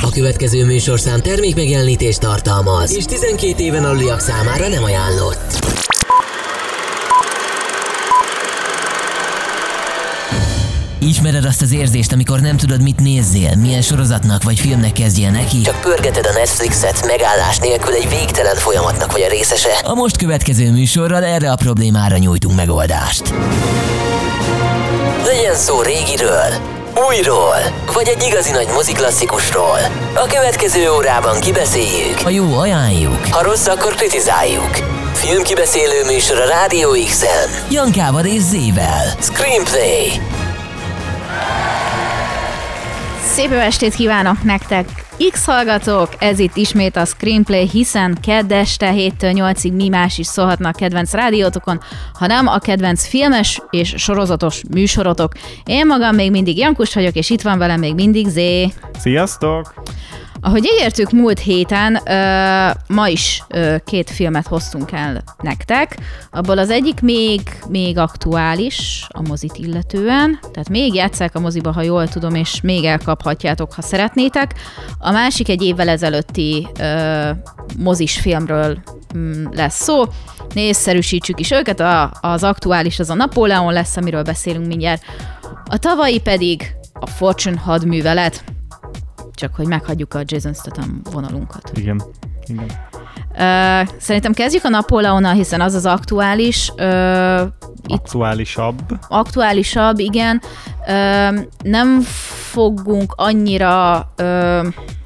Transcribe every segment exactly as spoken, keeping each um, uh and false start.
A következő műsorszám termékmegjelenítést tartalmaz, és tizenkét éven aluliak számára nem ajánlott. Ismered azt az érzést, amikor nem tudod, mit nézzél, milyen sorozatnak vagy filmnek kezdjél neki? Csak pörgeted a Netflixet megállás nélkül egy végtelen folyamatnak vagy a részese? A most következő műsorral erre a problémára nyújtunk megoldást. Legyen szó régiről, újról, vagy egy igazi nagy moziklasszikusról. A következő órában kibeszéljük. Ha jó, ajánljuk. Ha rossz, akkor kritizáljuk. Filmkibeszélő műsor a Rádió X-en. Jankával és Zével. Screenplay. Szép jó estét kívánok nektek, X-hallgatók! Ez itt ismét a Screenplay, hiszen kedd este héttől nyolcig mi más is szólhatnak a kedvenc rádiótokon, hanem a kedvenc filmes és sorozatos műsorotok. Én magam még mindig Jankus vagyok, és itt van velem még mindig Zé. Sziasztok! Ahogy ígértük múlt héten, uh, ma is uh, két filmet hoztunk el nektek. Abból az egyik még, még aktuális a mozit illetően, tehát még játsszák a moziba, ha jól tudom, és még elkaphatjátok, ha szeretnétek. A másik egy évvel ezelőtti uh, mozis filmről um, lesz szó. Nézszerűsítsük is őket, a, az aktuális az a Napóleon lesz, amiről beszélünk mindjárt. A tavalyi pedig a Fortune hadművelet. Csak hogy meghagyjuk a Jason Statham vonalunkat. Igen, igen. Uh, szerintem kezdjük a Napóleonnal, hiszen az az aktuális. Uh, Aktuálisabb. Aktuálisabb, igen. Uh, nem fogunk annyira... Uh,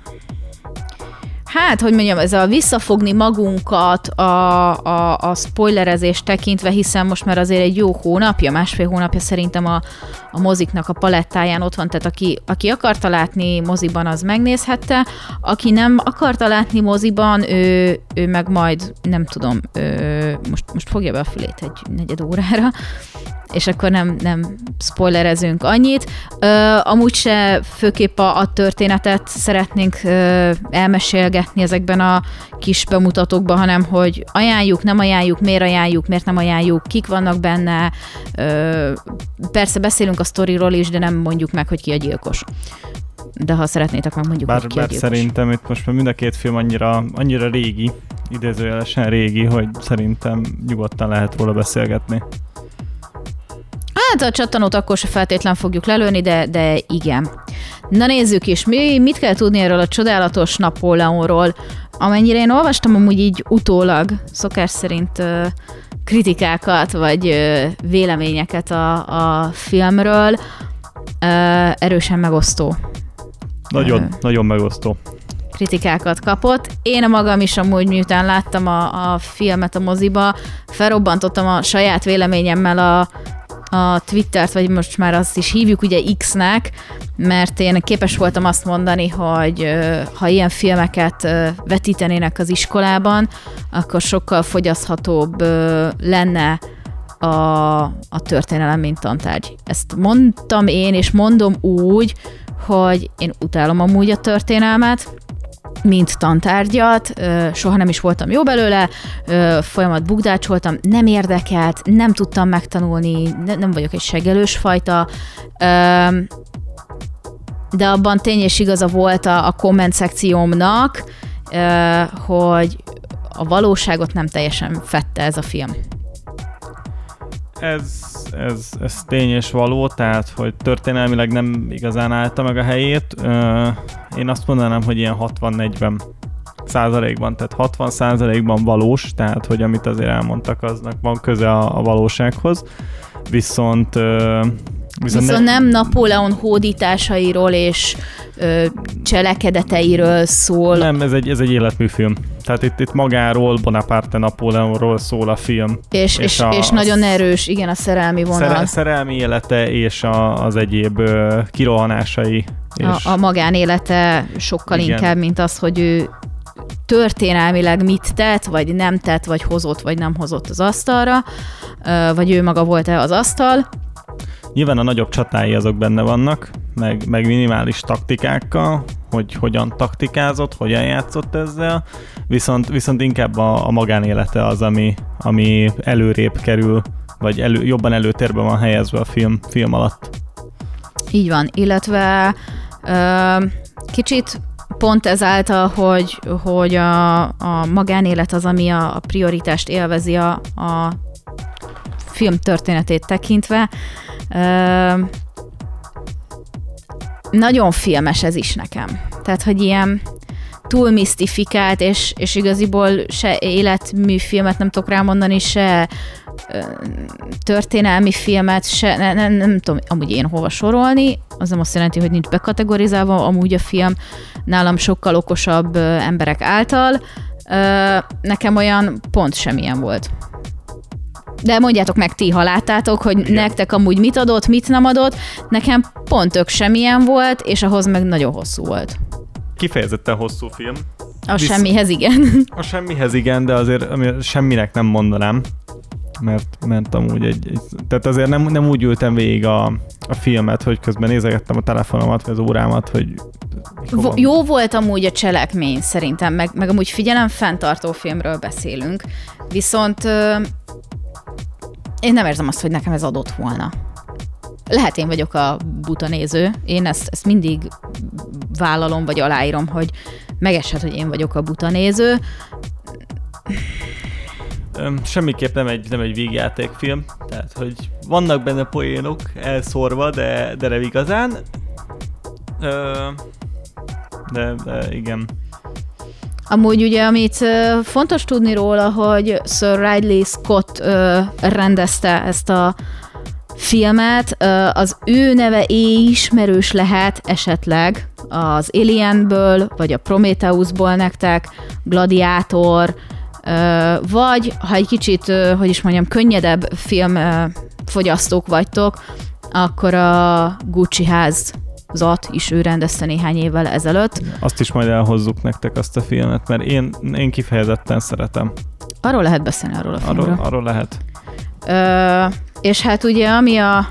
Hát, hogy mondjam, ez a visszafogni magunkat a, a, a spoilerezést tekintve, hiszen most már azért egy jó hónapja, másfél hónapja szerintem a, a moziknak a palettáján ott van, tehát aki, aki akarta látni moziban, az megnézhette, aki nem akarta látni moziban, ő, ő meg majd, nem tudom, ő, most, most fogja be a fülét egy negyed órára, és akkor nem, nem spoilerezünk annyit. Ö, amúgy se főképp a, a történetet szeretnénk ö, elmesélgetni ezekben a kis bemutatókban, hanem hogy ajánljuk, nem ajánljuk, miért ajánljuk, miért nem ajánljuk, kik vannak benne. Ö, persze beszélünk a sztoriról is, de nem mondjuk meg, hogy ki a gyilkos. De ha szeretnétek, meg mondjuk, bár, hogy ki a bár gyilkos. szerintem itt most már mind a két film annyira, annyira régi, idézőjelesen régi, hogy szerintem nyugodtan lehet róla beszélgetni. Hát a csattanót akkor se feltétlen fogjuk lelőni, de, de igen. Na nézzük is, mi, mit kell tudni erről a csodálatos Napóleonról. Amennyire én olvastam amúgy így utólag, szokás szerint ö, kritikákat, vagy ö, véleményeket a, a filmről, ö, erősen megosztó. Nagyon, ö, nagyon megosztó. kritikákat kapott. Én magam is amúgy, miután láttam a, a filmet a moziba, felrobbantottam a saját véleményemmel a a Twittert, vagy most már azt is hívjuk ugye X-nek, mert én képes voltam azt mondani, hogy ha ilyen filmeket vetítenének az iskolában, akkor sokkal fogyaszthatóbb lenne a, a történelem, mint tantárgy. Ezt mondtam én, és mondom úgy, hogy én utálom amúgy a történelmet, mint tantárgyat, soha nem is voltam jó belőle, folyamat bukdácsoltam, nem érdekelt, nem tudtam megtanulni, nem vagyok egy seggelős fajta, de abban tény és igaza volt a, a komment szekciómnak, hogy a valóságot nem teljesen fedte ez a film. Ez, ez, ez tény és való, tehát, hogy történelmileg nem igazán állta meg a helyét. Én azt mondanám, hogy ilyen hatvan-negyven százalékban, tehát hatvan százalékban valós, tehát, hogy amit azért elmondtak, aznak van köze a, a valósághoz. Viszont... Viszont, Viszont ne... nem Napóleon hódításairól és ö, cselekedeteiről szól. Nem, ez egy, ez egy életműfilm. Tehát itt, itt magáról, Bonaparte Napóleonról szól a film. És, és, és, a, és nagyon erős, igen, a szerelmi vonal. Szere, szerelmi élete és a, az egyéb ö, kirohanásai. És... A, a magánélete sokkal igen. inkább, mint az, hogy ő történelmileg mit tett, vagy nem tett, vagy hozott, vagy nem hozott az asztalra, vagy ő maga volt-e az asztal. Nyilván a nagyobb csatái azok benne vannak, meg, meg minimális taktikákkal, hogy hogyan taktikázott, hogyan játszott ezzel, viszont, viszont inkább a, a magánélete az, ami, ami előrébb kerül, vagy elő, jobban előtérben van helyezve a film, film alatt. Így van, illetve ö, kicsit pont ezáltal, hogy, hogy a, a magánélet az, ami a, a prioritást élvezi a, a film történetét tekintve. Ö, nagyon filmes ez is nekem. Tehát, hogy ilyen túl misztifikált, és, és igaziból se életműfilmet nem tudok rámondani, se ö, történelmi filmet, se, ne, nem, nem tudom amúgy én hova sorolni, az nem azt jelenti, hogy nincs bekategorizálva, amúgy a film nálam sokkal okosabb ö, emberek által. Ö, nekem olyan pont semmilyen volt. De mondjátok meg ti, ha láttátok, hogy igen, nektek amúgy mit adott, mit nem adott, nekem pont tök semmilyen volt, és ahhoz meg nagyon hosszú volt. Kifejezetten hosszú film. A Visz... semmihez igen. A semmihez igen, de azért semminek nem mondanám, mert, mert amúgy egy, egy... Tehát azért nem, nem úgy ültem végig a, a filmet, hogy közben nézegettem a telefonomat, vagy az órámat, hogy... V- jó volt amúgy a cselekmény szerintem, meg, meg amúgy figyelemfenntartó filmről beszélünk, viszont ö, én nem érzem azt, hogy nekem ez adott volna. Lehet én vagyok a buta néző, én ezt, ezt mindig vállalom, vagy aláírom, hogy megeshet, hogy én vagyok a buta néző. Semmiképp nem egy, nem egy vígjátékfilm, tehát hogy vannak benne poénok elszórva, de, de nem igazán. De, de igen. Amúgy ugye, amit fontos tudni róla, hogy Sir Ridley Scott rendezte ezt a filmet, az ő neve ismerős lehet esetleg az Alienből, vagy a Prometheusból nektek, Gladiátor, vagy ha egy kicsit, hogy is mondjam, könnyedebb filmfogyasztók vagytok, akkor a Gucci házat is ő rendezte néhány évvel ezelőtt. Azt is majd elhozzuk nektek azt a filmet, mert én, én kifejezetten szeretem. Arról lehet beszélni, arról a filmről. Arról, arról lehet. Ö, és hát ugye, ami a,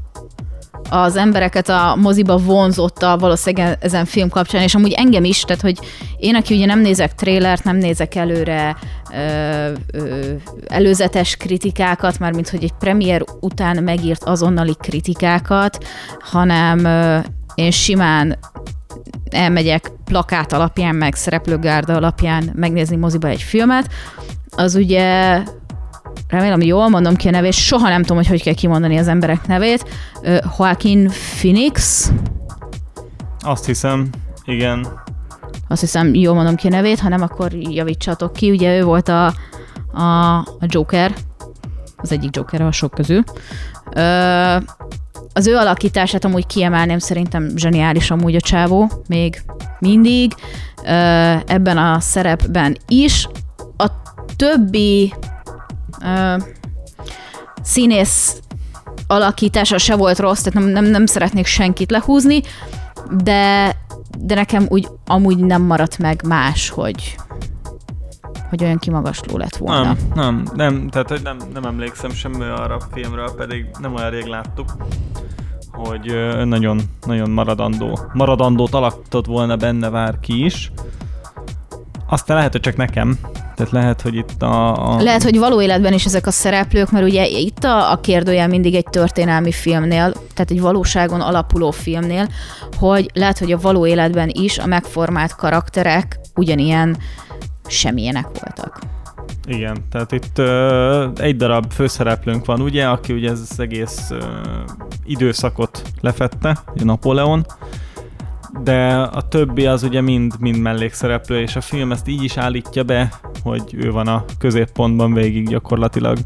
az embereket a moziba vonzotta valószínűleg ezen film kapcsán, és amúgy engem is, tehát hogy én, aki ugye nem nézek trélert, nem nézek előre ö, ö, előzetes kritikákat, mármint hogy egy premier után megírt azonnali kritikákat, hanem ö, én simán elmegyek plakát alapján, meg szereplőgárda alapján megnézni moziba egy filmet, az ugye... Remélem, hogy jól mondom ki a nevét, soha nem tudom, hogy hogy kell kimondani az emberek nevét. Uh, Joaquin Phoenix. Azt hiszem, igen. Azt hiszem, jól mondom ki a nevét, ha nem, akkor javítsatok ki. Ugye ő volt a, a, a Joker, az egyik Joker a sok közül. Uh, az ő alakítását amúgy kiemelném, szerintem zseniális amúgy a csávó, még mindig. Uh, ebben a szerepben is. A többi Uh, színész alakítása se volt rossz, tehát nem, nem, nem szeretnék senkit lehúzni, de, de nekem úgy amúgy nem maradt meg más, hogy, hogy olyan kimagasló lett volna. Nem, nem, nem tehát hogy nem, nem emlékszem semmi arra a filmről, pedig nem olyan rég láttuk, hogy nagyon, nagyon maradandó, maradandót alakított volna benne bárki is. Aztán lehet, hogy csak nekem. Tehát lehet, hogy itt a, a... Lehet, hogy való életben is ezek a szereplők, mert ugye itt a, a kérdőjel mindig egy történelmi filmnél, tehát egy valóságon alapuló filmnél, hogy lehet, hogy a való életben is a megformált karakterek ugyanilyen semmilyenek voltak. Igen, tehát itt ö, egy darab főszereplőnk van, ugye, aki ugye ez az egész ö, időszakot lefette, ugye Napóleon, de a többi az ugye mind, mind mellékszereplő, és a film ezt így is állítja be, hogy ő van a középpontban végig gyakorlatilag.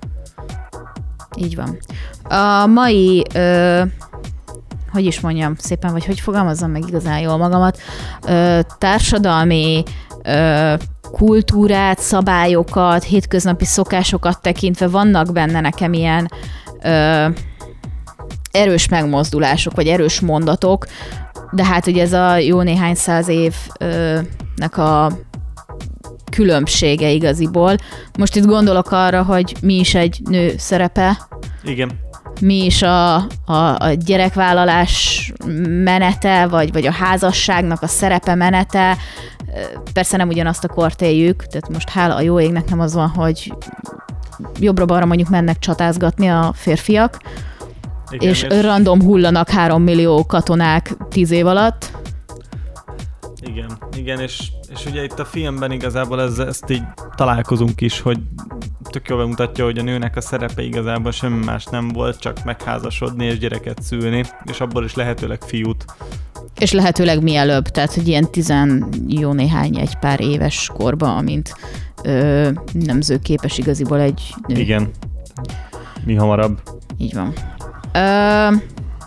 Így van. A mai, ö, hogy is mondjam szépen, vagy hogy fogalmazzam meg igazán jól magamat, ö, társadalmi ö, kultúrát, szabályokat, hétköznapi szokásokat tekintve vannak benne nekem ilyen ö, erős megmozdulások, vagy erős mondatok, de hát ugye ez a jó néhány száz évnek a különbsége igaziból. Most itt gondolok arra, hogy mi is egy nő szerepe. Igen. Mi is a, a, a gyerekvállalás menete, vagy, vagy a házasságnak a szerepe menete. Persze nem ugyanazt a kort éljük, tehát most hála a jó égnek nem az van, hogy jobbra-balra mondjuk mennek csatázgatni a férfiak, igen, és, és random hullanak három millió katonák tíz év alatt. Igen, Igen, igen, és, és ugye itt a filmben igazából ez, ezt így találkozunk is, hogy tök jól bemutatja, hogy a nőnek a szerepe igazából semmi más nem volt, csak megházasodni és gyereket szülni, és abból is lehetőleg fiút. És lehetőleg mielőbb, tehát hogy ilyen tizen jó néhány egy pár éves korban, amint ö, nemzőképes igaziból egy nő. Igen, mi hamarabb. Így van. Ö,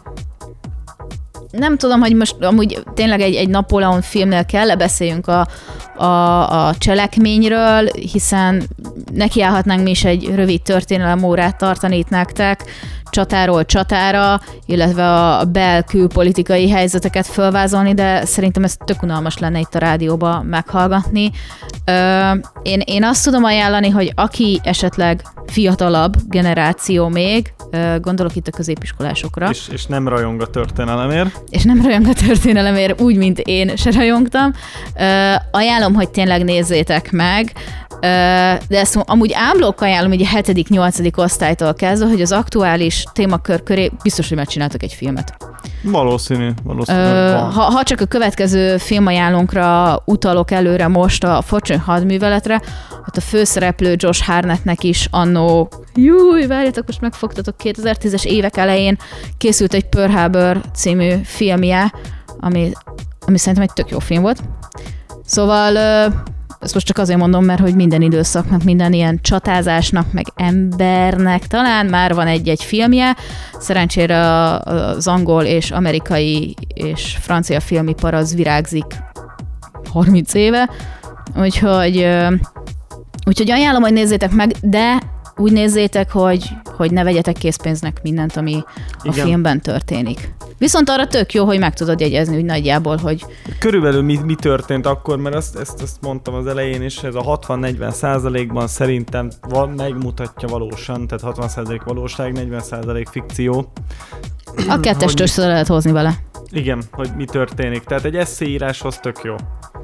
nem tudom, hogy most amúgy tényleg egy, egy Napóleon filmnél kell-e beszéljünk a, a, a cselekményről, hiszen nekiállhatnánk mi is egy rövid történelemórát tartani itt nektek, csatáról csatára, illetve a bel-külpolitikai helyzeteket fölvázolni, de szerintem ez tök unalmas lenne itt a rádióba meghallgatni. Ö, én, én azt tudom ajánlani, hogy aki esetleg fiatalabb generáció még, gondolok itt a középiskolásokra. És, és nem rajong a történelemért. És nem rajong a történelemért, úgy, mint én se rajongtam. Ö, ajánlom, hogy tényleg nézzétek meg, ö, de ezt amúgy ámblokk ajánlom, hogy a hetedik-nyolcadik osztálytól kezdve, hogy az aktuális témakör köré biztos, hogy megcsináltak egy filmet. Valószínű, valószínű. Ö, ha, ha csak a következő filmajánlónkra utalok előre most a Fortune hadműveletre, ott a főszereplő Josh Hartnettnek is annó, júj, várjatok, most megfogtatok, kétezer-tízes évek elején készült egy Pearl Harbor című filmje, ami, ami szerintem egy tök jó film volt. Szóval ezt most csak azért mondom, mert hogy minden időszaknak, minden ilyen csatázásnak, meg embernek talán már van egy-egy filmje. Szerencsére az angol és amerikai és francia filmipar az virágzik harminc éve, úgyhogy, úgyhogy ajánlom, hogy nézzétek meg, de úgy nézzétek, hogy, hogy ne vegyetek készpénznek mindent, ami Igen. a filmben történik. Viszont arra tök jó, hogy meg tudod jegyezni, hogy nagyjából, hogy... Körülbelül mi, mi történt akkor, mert ezt, ezt, ezt mondtam az elején is, ez a hatvan-negyven százalékban szerintem van, megmutatja valósan, tehát hatvan százalék valóság, negyven százalék fikció. A kettest össze lehet hozni vele. Igen, hogy mi történik. Tehát egy esszéíráshoz tök jó.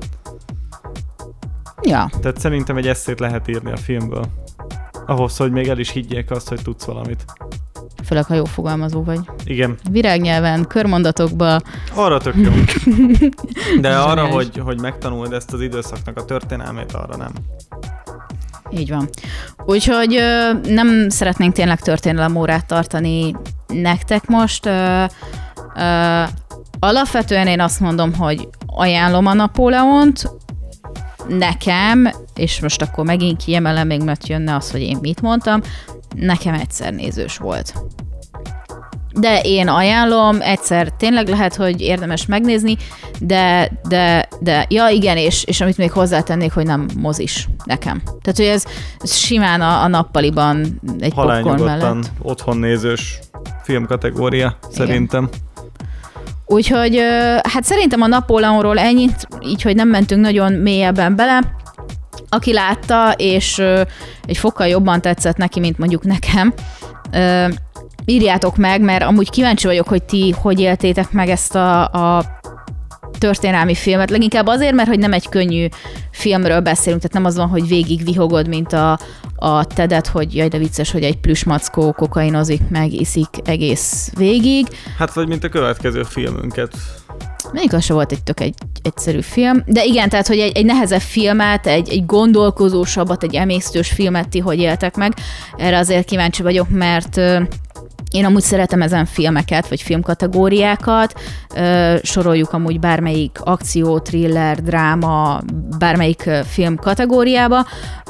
Ja. Tehát szerintem egy esszét lehet írni a filmből. Ahhoz, hogy még el is higgyék azt, hogy tudsz valamit. Főleg, ha jó fogalmazó vagy. Igen. Virágnyelven, körmondatokba. Arra tök jó. De arra, hogy, hogy megtanuld ezt az időszaknak a történelmét, arra nem. Így van. Úgyhogy ö, nem szeretnénk tényleg történelemórát tartani nektek most. Ö, ö, alapvetően én azt mondom, hogy ajánlom a Napóleont, nekem, és most akkor megint kiemelem, még mert jönne az, hogy én mit mondtam, nekem egyszer nézős volt. De én ajánlom, egyszer tényleg lehet, hogy érdemes megnézni, de, de, de ja igen, és, és amit még hozzátennék, hogy nem mozis nekem. Tehát, hogy ez, ez simán a, a nappaliban egy popcorn mellett. Otthon nézős filmkategória, szerintem. Igen. Úgyhogy hát szerintem a Napóleonról ennyit, így, hogy nem mentünk nagyon mélyebben bele. Aki látta, és egy fokkal jobban tetszett neki, mint mondjuk nekem, írjátok meg, mert amúgy kíváncsi vagyok, hogy ti hogy éltétek meg ezt a, a történelmi filmet. Leginkább azért, mert hogy nem egy könnyű filmről beszélünk, tehát nem az van, hogy végig vihogod, mint a, a Tedet, hogy jaj, de vicces, hogy egy plüsmackó kokainozik, meg iszik egész végig. Hát vagy mint a következő filmünket. Mondjuk az se volt egy tök egy egyszerű film, de igen, tehát, hogy egy, egy nehezebb filmet, egy, egy gondolkozósabbat, egy emésztős filmet ti hogy éltek meg. Erre azért kíváncsi vagyok, mert én amúgy szeretem ezen filmeket, vagy filmkategóriákat, soroljuk amúgy bármelyik akció, thriller, dráma, bármelyik film kategóriába.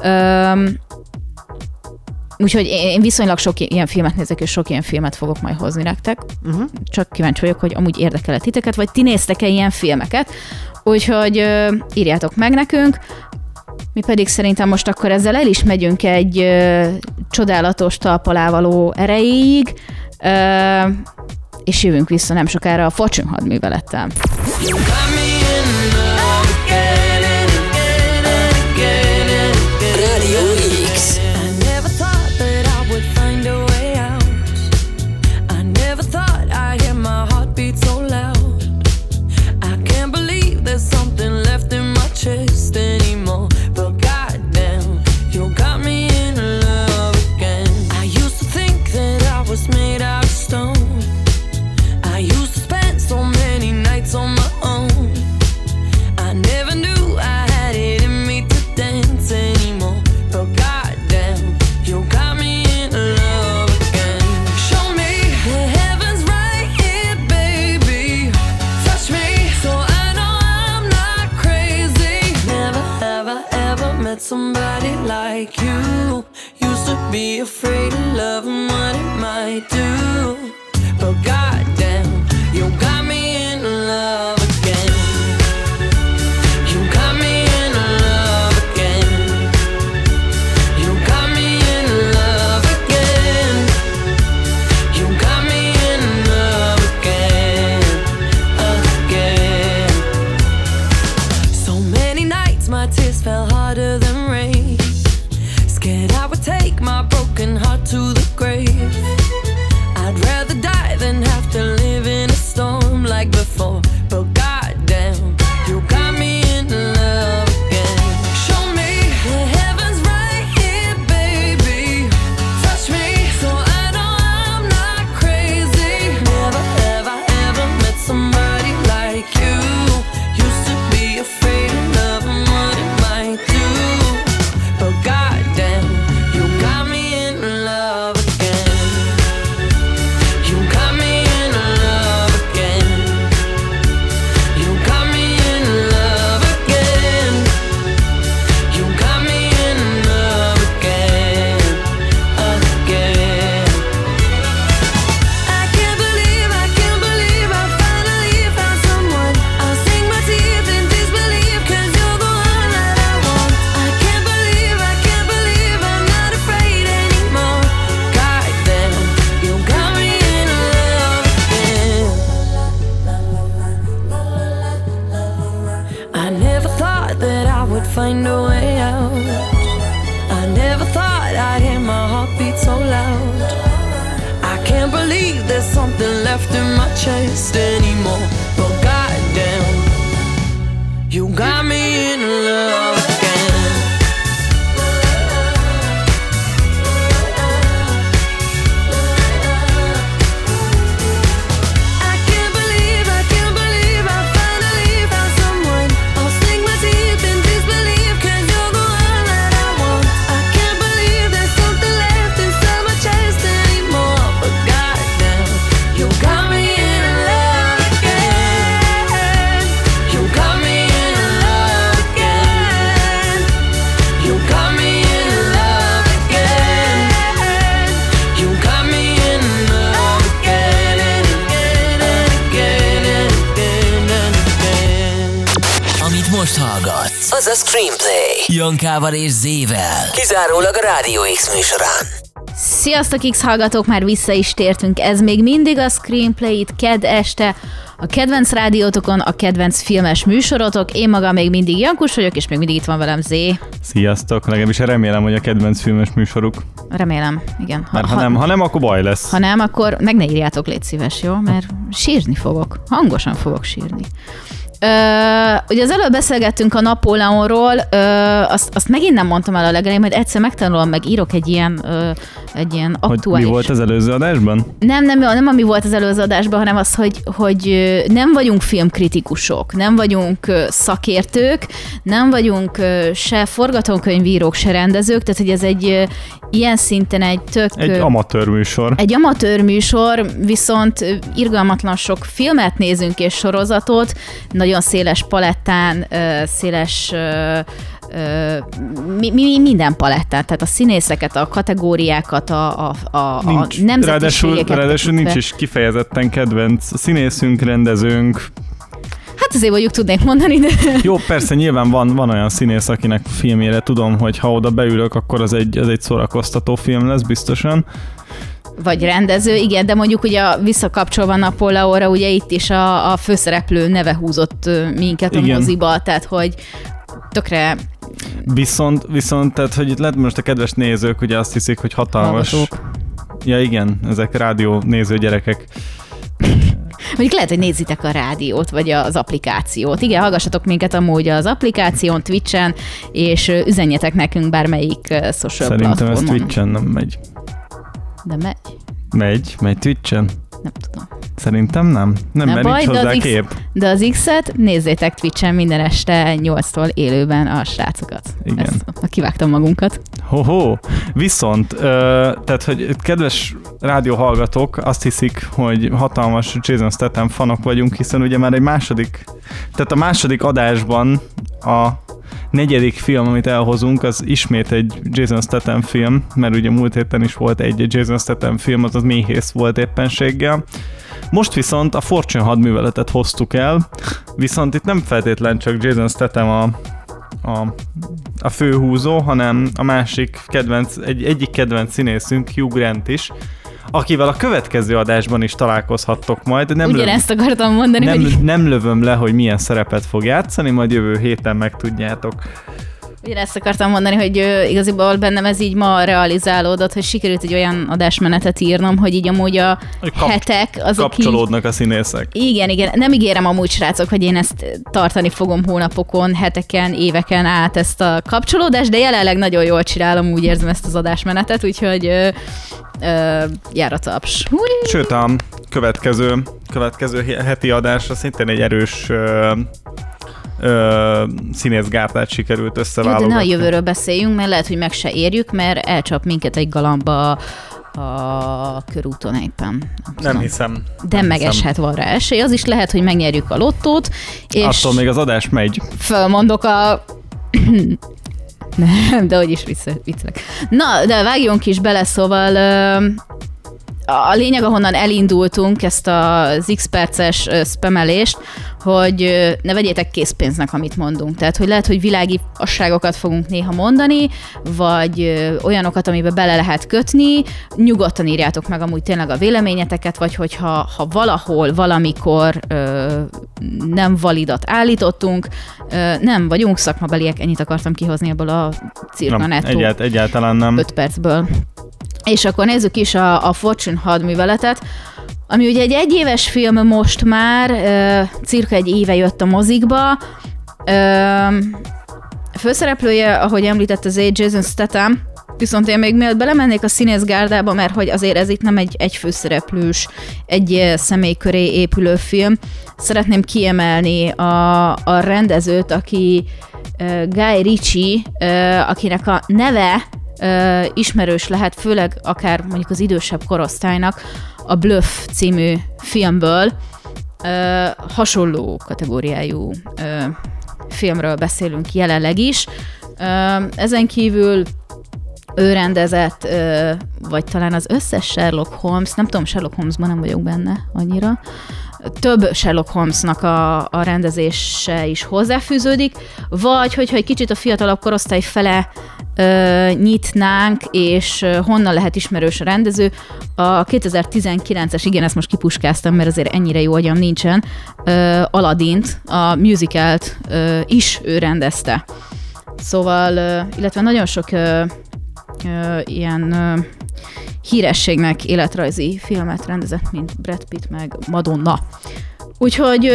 Úgyhogy én viszonylag sok ilyen filmet nézek, és sok ilyen filmet fogok majd hozni nektek. Uh-huh. Csak kíváncsi vagyok, hogy amúgy érdekel-e titeket, vagy ti néztek-e ilyen filmeket. Úgyhogy írjátok meg nekünk. Mi pedig szerintem most akkor ezzel el is megyünk egy ö, csodálatos talpalávaló erejéig, ö, és jövünk vissza nem sokára a Fortune hadművelettel. Made out of stone. I used to spend so many nights on my own. met somebody like you. Used to be afraid of love and what it might do. But goddamn, you got me in love again. You got me in love again. You got me in love again. You got me in love again, again. So many nights my tears fell harder than rain. Scared I would take my broken heart to the grave. I'd rather die than have to live in a storm like before. But goddamn, you got me in love again. Show me the heavens right here, baby. Touch me so I know I'm not crazy. Never have I ever met somebody like you. Used to be afraid of love and what it might do. But goddamn, you got me in love again. You got me in love again. You got me in love again. You got me in love again, again. I can't believe, I can't believe I finally found someone. I'll sink my teeth in disbelief 'cause you're the one that I want. I can't believe, I can't believe I'm not afraid anymore. Goddamn, you got me in love again. I never thought that I would find a way out. I never thought I'd hear my heartbeat so loud. I can't believe there's something left in my chest anymore. But goddamn, you got me in love again. I can't believe, I can't believe I finally found someone. I'll sink my teeth in disbelief 'cause you're the one that I want. I can't believe there's something left inside my chest anymore. But goddamn, you got me in love again. You got me in love again. You got me in love again. You got me in love again and again and again and again and again. Amit most hallgatsz, Az a Screenplay. Jankával és Zével. Kizárólag a Rádió X műsorán. Sziasztok, X hallgatók, már vissza is tértünk. Ez még mindig a Screenplay, itt kedd este, a kedvenc rádiótokon, a kedvenc filmes műsorotok. Én magam még mindig Jankus vagyok, és még mindig itt van velem Zé. Sziasztok, legalábbis remélem, hogy a kedvenc filmes műsoruk. Remélem, igen. Mert ha, ha, nem, ha nem, akkor baj lesz. Ha nem, akkor meg ne írjátok, légy szíves, jó? Mert sírni fogok. Hangosan fogok sírni. Ö, ugye az előbb beszélgettünk a Napóleonról, ö, azt, azt megint nem mondtam el a legelején, majd egyszer megtanulom, meg írok egy ilyen, ö, egy ilyen aktuális... Hogy mi volt az előző adásban? Nem, nem, nem ami volt az előző adásban, hanem az, hogy, hogy nem vagyunk filmkritikusok, nem vagyunk szakértők, nem vagyunk se forgatókönyvírók, se rendezők, tehát hogy ez egy ilyen szinten egy tök... Egy amatőr műsor. Egy amatőr műsor, viszont irgalmatlan sok filmet nézünk és sorozatot, nagyon széles palettán, széles mi, mi, minden palettán, tehát a színészeket, a kategóriákat, a, a, a, a nemzetiségeket. Ráadásul, ráadásul nincs is kifejezetten kedvenc színészünk, rendezőnk. Hát azért mondjuk tudnék mondani, de... Jó, persze, nyilván van, van olyan színész, akinek filmjére tudom, hogy ha oda beülök, akkor az egy, az egy szórakoztató film lesz biztosan. Vagy rendező, igen, de mondjuk ugye visszakapcsolva Napóleonra, ugye itt is a, a főszereplő neve húzott minket a igen. moziba, tehát hogy tökre... Viszont, viszont, tehát hogy itt lehet most a kedves nézők ugye azt hiszik, hogy hatalmas... Hallgatók. Ja igen, ezek rádió néző gyerekek. Mondjuk lehet, hogy nézzitek a rádiót, vagy az applikációt. Igen, hallgassatok minket amúgy az applikáción, Twitchen, és üzenjetek nekünk bármelyik social Szerintem platformon. ez Twitchen nem megy. De megy? Megy? Megy Twitchen? Nem tudom. Szerintem nem. Nem, nem mert baj, nincs de hozzá az, X, kép. de az X-et nézzétek Twitchen minden este nyolctól élőben a srácokat. Igen. Ezt, kivágtam magunkat. Ho-ho! Viszont, ö, tehát, hogy kedves rádióhallgatók azt hiszik, hogy hatalmas Jason Statham fanok vagyunk, hiszen ugye már egy második, tehát a második adásban a negyedik film, amit elhozunk, az ismét egy Jason Statham film, mert ugye múlt héten is volt egy Jason Statham film, az az méhész volt éppenséggel. Most viszont a Fortune hadműveletet hoztuk el, viszont itt nem feltétlen csak Jason Statham a, a, a főhúzó, hanem a másik kedvenc, egy, egyik kedvenc színészünk, Hugh Grant is, akivel a következő adásban is találkozhattok majd. Nem Ugyanezt löv... akartam mondani, nem, hogy... Nem lövöm le, hogy milyen szerepet fog játszani, majd jövő héten megtudjátok. Ugyanezt akartam mondani, hogy uh, igaziból bennem ez így ma realizálódott, hogy sikerült egy olyan adásmenetet írnom, hogy így amúgy a Kap- hetek azok kapcsolódnak így... a színészek. Igen, igen. Nem ígérem amúgy, srácok, hogy én ezt tartani fogom hónapokon, heteken, éveken át ezt a kapcsolódást, de jelenleg nagyon jól csinálom, úgy érzem ezt az adásmenetet, úgyhogy uh, uh, jár a taps. Sőt, a következő, következő heti adásra szintén egy erős uh, Ö, színészgárdát sikerült összeválogatni. De ne a jövőről beszéljünk, mert lehet, hogy meg se érjük, mert elcsap minket egy galamba a körúton éppen. Nem, nem hiszem. De nem megeshet, van rá esély. Az is lehet, hogy megnyerjük a lottót. És attól még az adás megy. Fölmondok a... Nem, de hogy is viccelek. Na, de vágjunk is bele, szóval... A lényeg, ahonnan elindultunk ezt az x perces spamelést, hogy ne vegyétek készpénznek, amit mondunk. Tehát, hogy lehet, hogy világi fasságokat fogunk néha mondani, vagy olyanokat, amiben bele lehet kötni. Nyugodtan írjátok meg amúgy tényleg a véleményeteket, vagy hogyha ha valahol, valamikor ö, nem validat állítottunk, ö, nem vagyunk szakmabeliek, ennyit akartam kihozni ebből a cirka nettó egyált, egyáltalán nem. öt percből. És akkor nézzük is a, a Fortune hadműveletet, ami ugye egy egyéves film most már, uh, cirka egy éve jött a mozikba. Uh, főszereplője, ahogy említett, az egy Jason Statham, viszont én még mielőtt belemennék a színészgárdába, mert hogy azért ez itt nem egy, egy főszereplős, egy személy köré épülő film. Szeretném kiemelni a, a rendezőt, aki uh, Guy Ritchie, uh, akinek a neve Uh, ismerős lehet, főleg akár mondjuk az idősebb korosztálynak a Bluff című filmből. Uh, hasonló kategóriájú uh, filmről beszélünk jelenleg is. Uh, ezen kívül ő rendezett, uh, vagy talán az összes Sherlock Holmes, nem tudom, Sherlock Holmesban nem vagyok benne annyira, több Sherlock Holmesnak a, a rendezése is hozzáfűződik, vagy hogyha egy kicsit a fiatalabb korosztály fele ö, nyitnánk, és ö, honnan lehet ismerős a rendező, a kétezer-tizenkilences, igen, ezt most kipuskáztam, mert azért ennyire jó agyam nincsen, ö, Aladdint, a musicalt ö, is ő rendezte. Szóval, ö, illetve nagyon sok ö, ö, ilyen... Ö, hírességnek életrajzi filmet rendezett, mint Brad Pitt meg Madonna. Úgyhogy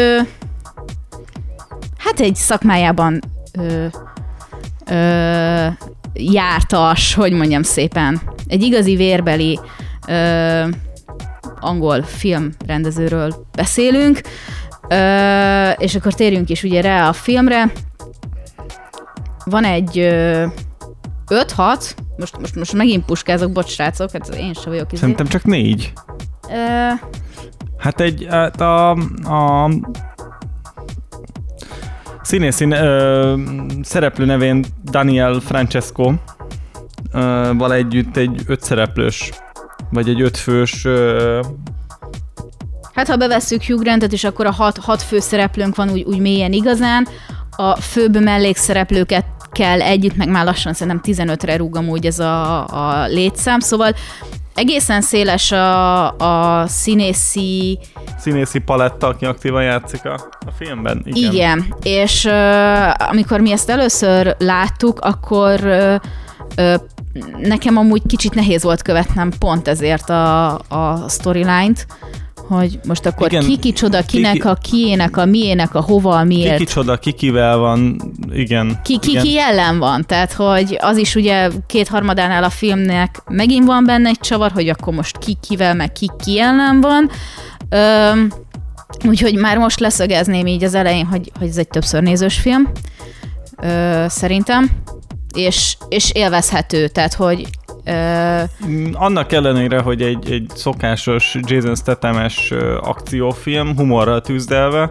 hát egy szakmájában ö, ö, jártas, hogy mondjam szépen, egy igazi vérbeli ö, angol filmrendezőről beszélünk, ö, és akkor térjünk is ugye rá a filmre. Van egy ö, öt-hat, most, most, most megint puskázok, bocs srácok, hát én sem vagyok izé. Szerintem csak négy. Ö... Hát egy, hát a, a színészi ö, szereplő nevén Daniel Francesco ö, val együtt egy öt szereplős, vagy egy ötfős. Ö... Hát ha bevesszük Hugh Grantet is, akkor a hat, hat főszereplőnk van úgy, úgy mélyen igazán. A főbb mellékszereplőket kell együtt, meg már lassan szerintem tizenötre rúg amúgy ez a, a létszám, szóval egészen széles a, a színészi... Színészi paletta, aki aktívan játszik a, a filmben. Igen, Igen. És uh, amikor mi ezt először láttuk, akkor uh, uh, nekem amúgy kicsit nehéz volt követnem pont ezért a, a storyline-t, hogy most akkor igen, ki kicsoda, kinek ki, a kiének, a miének, a hova, a miért. Ki kicsoda, kikivel van, igen. Ki, ki, igen. ki ellen van, tehát hogy az is ugye kétharmadánál a filmnek megint van benne egy csavar, hogy akkor most ki kivel, meg ki ki ellen van. Üm, úgyhogy már most leszögezném így az elején, hogy, hogy ez egy többször nézős film, Ö, szerintem, és, és élvezhető, tehát hogy Uh, Annak ellenére, hogy egy, egy szokásos Jason Statham-es akciófilm, humorral tűzdelve,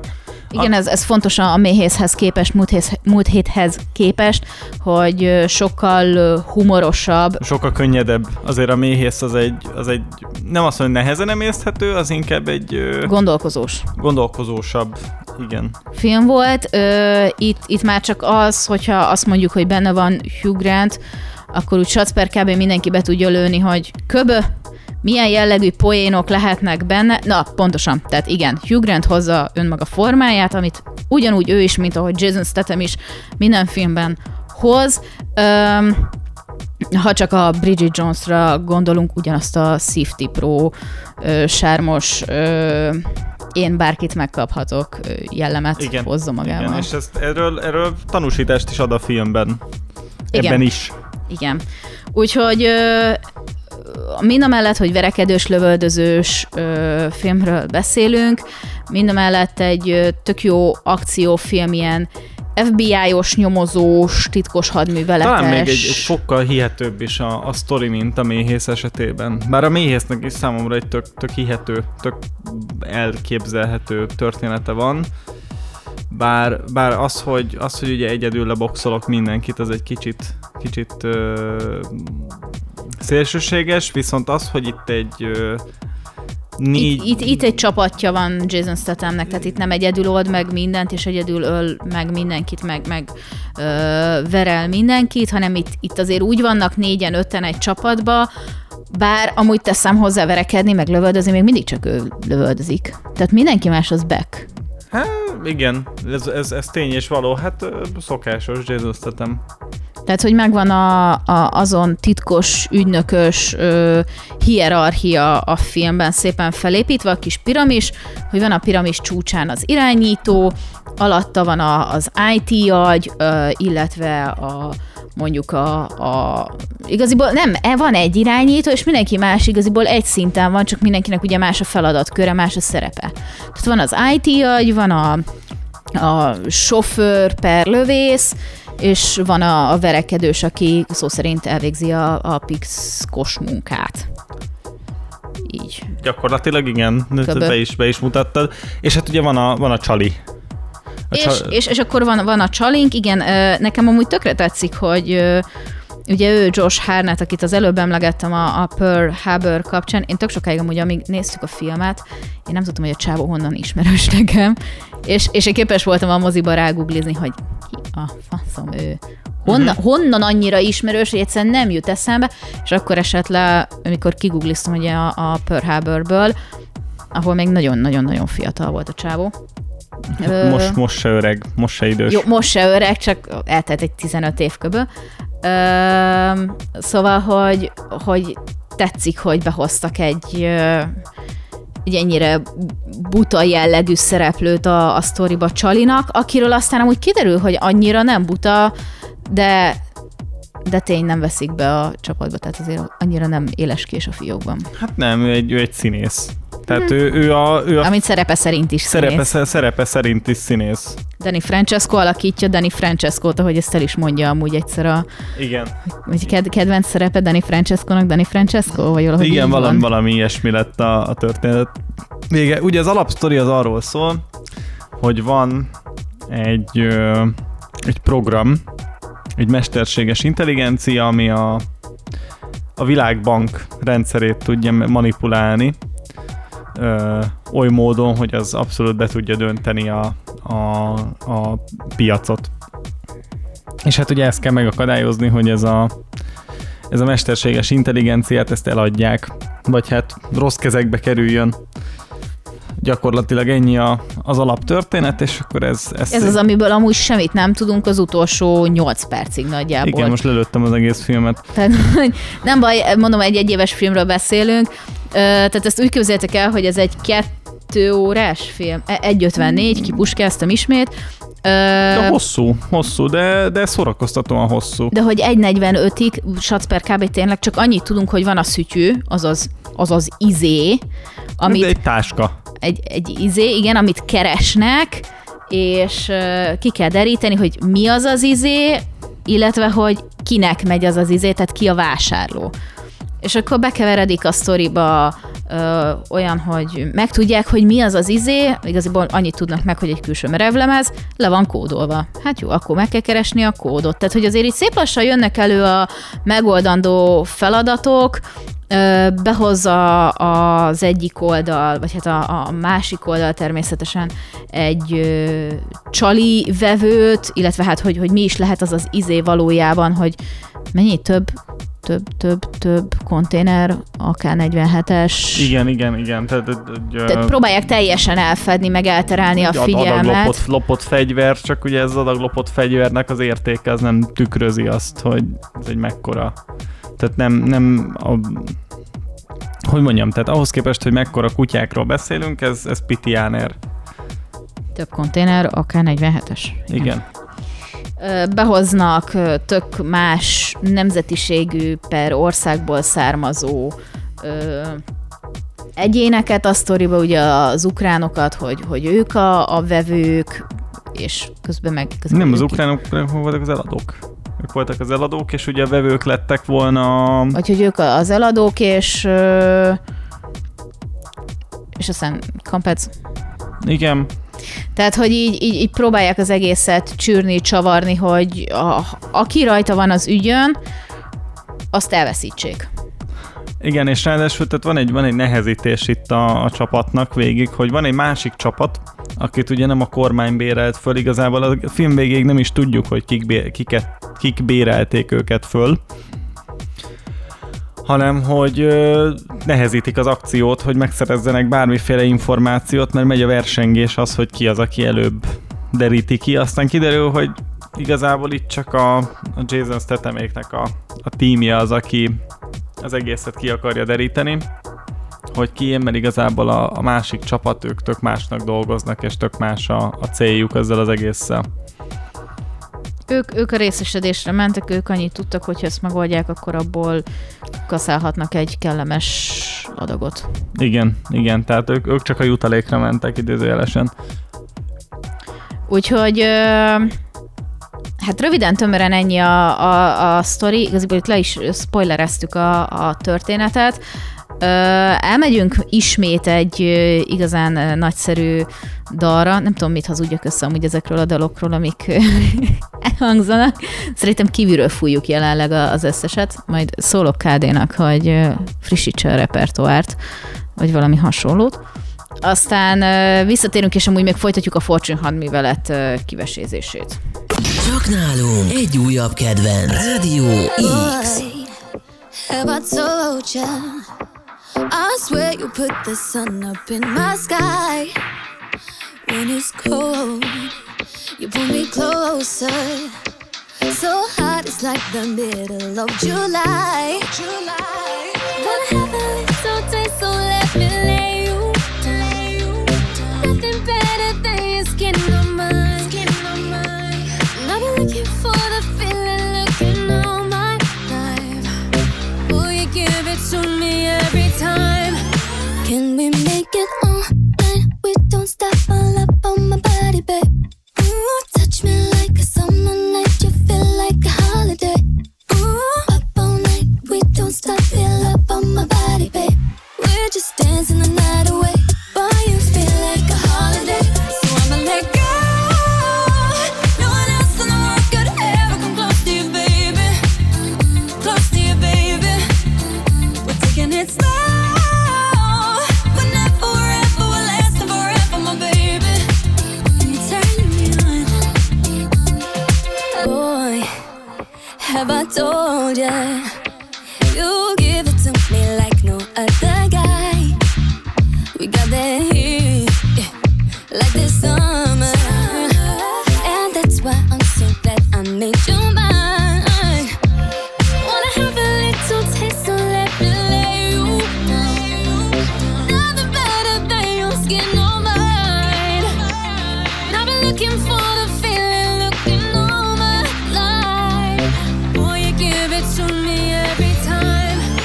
Igen, ez, ez fontos a méhészhez képest, múlt, héz, múlt héthez képest, hogy sokkal humorosabb. Sokkal könnyedebb. Azért a méhész az egy, az egy nem azt mondom, hogy nehezen emészthető, az inkább egy... Gondolkozós. Gondolkozósabb, igen. Film volt. Itt, itt már csak az, hogyha azt mondjuk, hogy benne van Hugh Grant, akkor úgy satsz per kb. Mindenki be tudja lőni, hogy köbö, milyen jellegű poénok lehetnek benne. Na, pontosan. Tehát igen, Hugh Grant hozza önmaga formáját, amit ugyanúgy ő is, mint ahogy Jason Statham is minden filmben hoz. Öm, ha csak a Bridget Jonesra gondolunk, ugyanazt a Safety Pro ö, sármos ö, én bárkit megkaphatok ö, jellemet igen, hozza magával. Igen, és ezt, erről, erről tanúsítást is ad a filmben. Igen. Ebben is. Igen. Úgyhogy ö, mind a mellett, hogy verekedős, lövöldözős ö, filmről beszélünk, mind a mellett egy ö, tök jó akciófilm, ilyen ef bé í-os, nyomozós, titkos hadműveletes. Talán még egy, egy sokkal hihetőbb is a, a sztori, mint a méhész esetében. Bár a méhésznek is számomra egy tök, tök hihető, tök elképzelhető története van. Bár, bár az, hogy, az, hogy ugye egyedül leboxolok mindenkit, az egy kicsit, kicsit ö, szélsőséges, viszont az, hogy itt egy ö, négy... Itt, itt, itt egy csapatja van Jason Stathamnek, tehát itt nem egyedül old meg mindent, és egyedül öl meg mindenkit, meg, meg ö, verel mindenkit, hanem itt, itt azért úgy vannak négyen, öten egy csapatba, bár amúgy teszem hozzá verekedni, meg lövöldözni, még mindig csak ő lövöldözik. Tehát mindenki más az back. Hát igen, ez, ez, ez tény és való, hát szokásos Jason Statham. Tehát, hogy megvan a, a, azon titkos, ügynökös ö, hierarchia a filmben szépen felépítve, a kis piramis, hogy van a piramis csúcsán az irányító, alatta van a, az i té agy, ö, illetve a mondjuk a, a... Igaziból nem, van egy irányító, és mindenki más igaziból egy szinten van, csak mindenkinek ugye más a feladatköre, más a szerepe. Tehát van az i té agy, van a, a sofőr per lövész, és van a, a verekedős, aki szó szerint elvégzi a, a piszkos munkát. Így. Gyakorlatilag igen, be is, be is mutattad. És hát ugye van a, van a csali. A és, csal... és, és akkor van, van a csalink, igen, nekem amúgy tökre tetszik, hogy ugye ő Josh Hartnett, akit az előbb emlegettem a, a Pearl Harbor kapcsán, én tök sokáig amúgy, amíg néztük a filmet, én nem tudtam, hogy a csávó honnan ismerős nekem, és, és én képes voltam a moziba rágooglizni, hogy ki a faszom ő. Honnan, uh-huh. honnan annyira ismerős, hogy egyszerűen nem jut eszembe, és akkor esett le, amikor kigoogliztam ugye a, a Pearl Harborből, ahol még nagyon-nagyon-nagyon fiatal volt a csávó. Most, most se öreg, most se idős. Jó, most se öreg, csak eltelt egy tizenöt év köbö. Ö, szóval, hogy, hogy tetszik, hogy behoztak egy, egy ennyire buta jellegű szereplőt a, a sztoriba Csalinak, akiről aztán amúgy kiderül, hogy annyira nem buta, de, de tény nem veszik be a csapatba, tehát azért annyira nem éleskés a fiókban. Hát nem, ő egy, ő egy színész. Tehát ő, ő a... Ő a Amit szerepe szerint is szerepe, színész. Szerepe szerint is színész. Danny Francesco alakítja Danny Francescót, ahogy ezt el is mondja amúgy egyszer a... Igen. Vagy ked- kedvenc szerepe Danny Francescónak Danny Francesco? Vagy valahogy igen, valami, van. valami ilyesmi lett a, a történet. Vége, ugye az alapsztori az arról szól, hogy van egy, ö, egy program, egy mesterséges intelligencia, ami a, a világbank rendszerét tudja manipulálni, Ö, oly módon, hogy az abszolút be tudja dönteni a, a, a piacot. És hát ugye ezt kell megakadályozni, hogy ez a, ez a mesterséges intelligenciát ezt eladják, vagy hát rossz kezekbe kerüljön. Gyakorlatilag ennyi a, az alaptörténet, és akkor ez... Ez, ez az, amiből amúgy semmit nem tudunk az utolsó nyolc percig nagyjából. Igen, most lelőttem az egész filmet. Tehát, nem baj, mondom, egy egyéves filmről beszélünk, tehát ezt úgy képzeljétek el, hogy ez egy kettő órás film, egy ötvennégy, kipuskáztam ismét. De hosszú, hosszú, de, de szórakoztatóan hosszú. De hogy egy negyvenötig, satsz per kb. Tényleg csak annyit tudunk, hogy van a szütyű, azaz, azaz izé, amit... De egy táska. Egy, egy izé, igen, amit keresnek, és uh, ki kell deríteni, hogy mi az az izé, illetve, hogy kinek megy az az izé, tehát ki a vásárló. És akkor bekeveredik a sztoriba ö, olyan, hogy megtudják, hogy mi az az izé, igazából annyit tudnak meg, hogy egy külső merevlemez, le van kódolva. Hát jó, akkor meg kell keresni a kódot. Tehát, hogy azért így szép lassan jönnek elő a megoldandó feladatok, ö, behozza az egyik oldal, vagy hát a, a másik oldal természetesen egy ö, csali vevőt, illetve hát, hogy, hogy mi is lehet az az izé valójában, hogy mennyi több több, több, több konténer, akár negyvenhetes. Igen, igen, igen. Tehát, Tehát próbálják teljesen elfedni, meg elterelni a figyelmet. Adaglopott lopott fegyver, csak ugye ez az adaglopott fegyvernek az értéke, az nem tükrözi azt, hogy ez egy mekkora. Tehát nem, nem a, hogy mondjam, tehát ahhoz képest, hogy mekkora kutyákról beszélünk, ez, ez pitiáner. Több konténer, akár negyvenhetes. Igen. Behoznak tök más nemzetiségű per országból származó ö, egyéneket a sztoriba, ugye az ukránokat, hogy, hogy ők a, a vevők, és közben meg... Közben Nem, az ukránok voltak az eladók. Ők voltak az eladók, és ugye a vevők lettek volna... Vagy hogy ők az eladók, és ö, és aztán Kampec. Igen. Tehát, hogy így, így, így próbálják az egészet csűrni, csavarni, hogy a, aki rajta van az ügyön, azt elveszítsék. Igen, és ráadásul tehát van egy, van egy nehezítés itt a, a csapatnak végig, hogy van egy másik csapat, akit ugye nem a kormány bérelt föl, igazából a film végéig nem is tudjuk, hogy kik, bé, kiket, kik bérelték őket föl, hanem hogy ö, nehezítik az akciót, hogy megszerezzenek bármiféle információt, mert megy a versengés az, hogy ki az, aki előbb deríti ki. Aztán kiderül, hogy igazából itt csak a, a Jason Stathaméknek a, a tímje az, aki az egészet ki akarja deríteni, hogy ki én, mert igazából a, a másik csapat, ők tök másnak dolgoznak, és tök más a, a céljuk ezzel az egésszel. Ők, ők a részesedésre mentek, ők annyit tudtak, hogy ha ezt megoldják, akkor abból kaszálhatnak egy kellemes adagot. Igen, igen, tehát ők, ők csak a jutalékra mentek idézőjelesen. Úgyhogy hát röviden, tömören ennyi a, a, a sztori, igazából itt le is spoilereztük a, a történetet. Elmegyünk ismét egy igazán nagyszerű dalra, nem tudom, mit hazudjak össze amúgy ezekről a dalokról, amik elhangzanak. Szerintem kívülről fújjuk jelenleg az összeset, majd szólok ká dé-nak, hogy frissítse a repertoárt, vagy valami hasonlót. Aztán visszatérünk, és amúgy még folytatjuk a Fortune hadművelet kivesézését. Csak nálunk egy újabb kedvenc. Rádió X. Have I told ya? I swear you put the sun up in my sky. When it's cold, you pull me closer. So hot, it's like the middle of July. July. Wanna have a little taste, so let me lay you. Lay you. Nothing better than your skin on mine. Skin on mine. And I've been looking for the feeling, looking all my life. Will you give it to me every time? Can we make it all night? We don't stop, all up on my body, babe. Ooh, touch me like a summer night. You feel like a holiday. Ooh, up all night. We don't stop, feel up on my body, babe. We're just dancing the night away. Boy, you feel like a holiday. So I'ma let go. No one else in the world could ever come close to you, baby. Close to you, baby. We're taking it slow. Have I told ya? You give it to me like no other guy. We got that heat, yeah, like this summer. And that's why I'm so glad I made you mine. Wanna have a little taste, so let me lay you. Nothing better than your skin on mine. And I've been looking for the feeling, looking all my life. To me every time.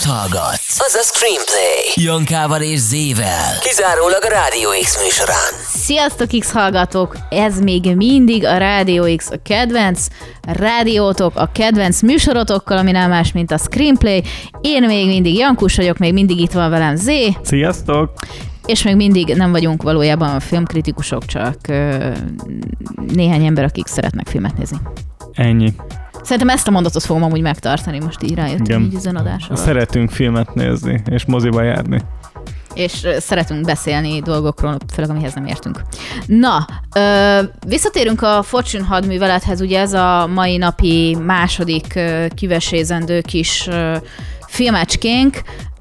hallgatsz. Az a Screenplay. Jankával és Zével. Kizárólag a Rádió X műsorán. Sziasztok, X hallgatók! Ez még mindig a Rádió X, a kedvenc rádiótok, a kedvenc műsorotokkal, ami nem más, mint a Screenplay. Én még mindig Jankus vagyok, még mindig itt van velem Zé. Sziasztok! És még mindig nem vagyunk valójában a filmkritikusok, csak ö, néhány ember, akik szeretnek filmet nézni. Ennyi. Szerintem ezt a mondatot fogom amúgy megtartani, most így rájöttem így üzenadás alatt. Szeretünk filmet nézni, és moziba járni. És szeretünk beszélni dolgokról, főleg amihez nem értünk. Na, ö, visszatérünk a Fortune hadművelethez, ugye ez a mai napi második ö, kivesézendő kis ö, filmecskénk.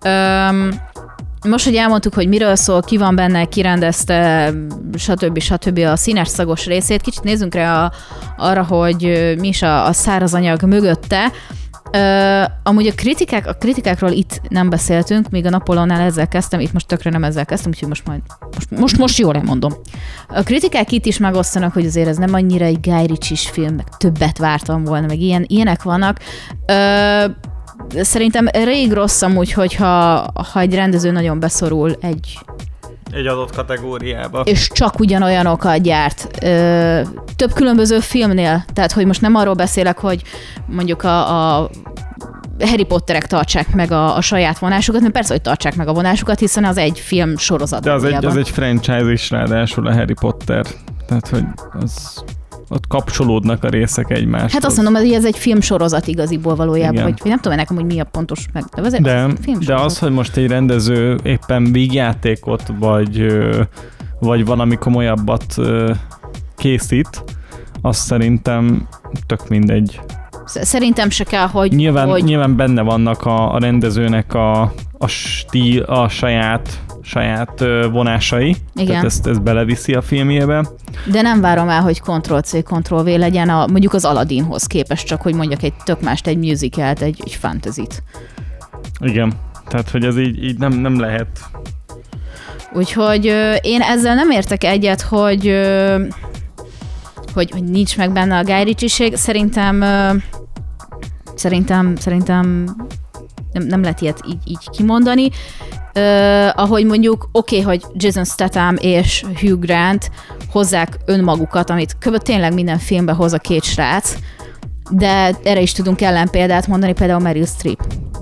Ö, most, hogy elmondtuk, hogy miről szól, ki van benne, ki rendezte, stb. stb. A színes szagos részét, kicsit nézzünk rá a, arra, hogy mi is a, a szárazanyag mögötte. Uh, amúgy a kritikák, a kritikákról itt nem beszéltünk, míg a Napolónál ezzel kezdtem, itt most tökre nem ezzel kezdtem, úgyhogy most majd, most, most, most jól elmondom. A kritikák itt is megosztanak, hogy azért ez nem annyira egy Guy Ritchie-s film, meg többet vártam volna, meg ilyen, ilyenek vannak. Uh, szerintem rég rossz amúgy, hogyha ha egy rendező nagyon beszorul egy Egy adott kategóriába. és csak ugyanolyanokat gyárt. Ö, több különböző filmnél, tehát hogy most nem arról beszélek, hogy mondjuk a, a Harry Potterek tartsák meg a, a saját vonásukat, mert persze, hogy tartsák meg a vonásukat, hiszen az egy film sorozat. De az egy, az egy franchise is ráadásul a Harry Potter. Tehát, hogy az, ott kapcsolódnak a részek egymáshoz. Hát azt mondom, hogy ez egy filmsorozat igaziból valójában, Igen. hogy, hogy nem tudom nekem, hogy mi a pontos meg. De, az De, az de az, hogy most egy rendező éppen vígjátékot, vagy, ö, vagy valami komolyabbat ö, készít, azt szerintem tök mindegy. Szerintem se kell, hogy... Nyilván, hogy... nyilván benne vannak a, a rendezőnek a, a stíl, a saját, saját ö, vonásai. Igen. Tehát ezt, ezt beleviszi a filmjébe. De nem várom el, hogy Ctrl-C, Ctrl-V legyen a, mondjuk az Aladdinhoz képest, csak hogy mondjak egy tök mást, egy musicalt, egy, egy fantasyt. Igen. Tehát, hogy ez így, így nem, nem lehet. Úgyhogy ö, én ezzel nem értek egyet, hogy, ö, hogy, hogy nincs meg benne a Guy Ritchie-ség. Szerintem, ö, szerintem, szerintem nem, nem lehet ilyet így, így kimondani. Uh, ahogy mondjuk, oké, okay, hogy Jason Statham és Hugh Grant hozzák önmagukat, amit kb. Tényleg minden filmben hoz a két srác, de erre is tudunk ellenpéldát mondani, például Meryl Streep.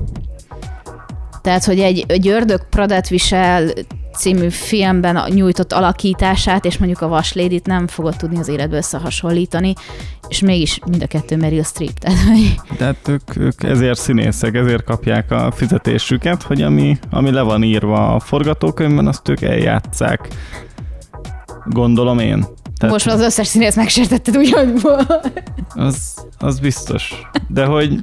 Tehát, hogy egy, egy Ördög Pradát visel című filmben nyújtott alakítását, és mondjuk a Vaslédit nem fogod tudni az életbe összehasonlítani, és mégis mind a kettő Meryl Streep. Tehát, hogy... De hát ők, ők ezért színészek, ezért kapják a fizetésüket, hogy ami, ami le van írva a forgatókönyvben, azt ők eljátsszák. Gondolom én. Tehát most az összes színész megsértetted ugyanúgy. az, az biztos. De hogy...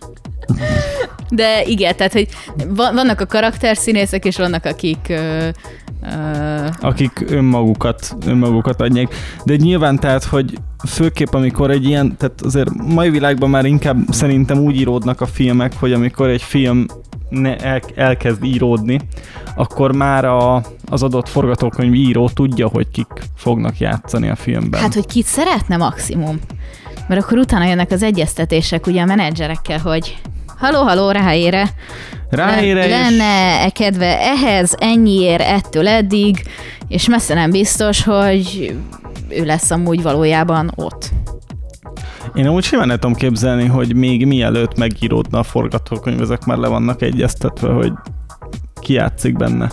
De igen, tehát, hogy vannak a karakterszínészek, és vannak, akik... Ö, ö... akik önmagukat, önmagukat adják. De nyilván tehát, hogy főképp amikor egy ilyen, tehát azért mai világban már inkább szerintem úgy íródnak a filmek, hogy amikor egy film ne el, elkezd íródni, akkor már a, az adott forgatókönyv író tudja, hogy kik fognak játszani a filmben. Hát, hogy kit szeretne maximum. Mert akkor utána jönnek az egyeztetések ugye a menedzserekkel, hogy haló, haló, ráére. Ráére Lenne-e kedve ehhez, ennyiért, ettől eddig, és messze nem biztos, hogy ő lesz amúgy valójában ott. Én amúgy simán nem tudom képzelni, hogy még mielőtt megíródna a forgatókönyv, ezek már le vannak egyeztetve, hogy ki játszik benne.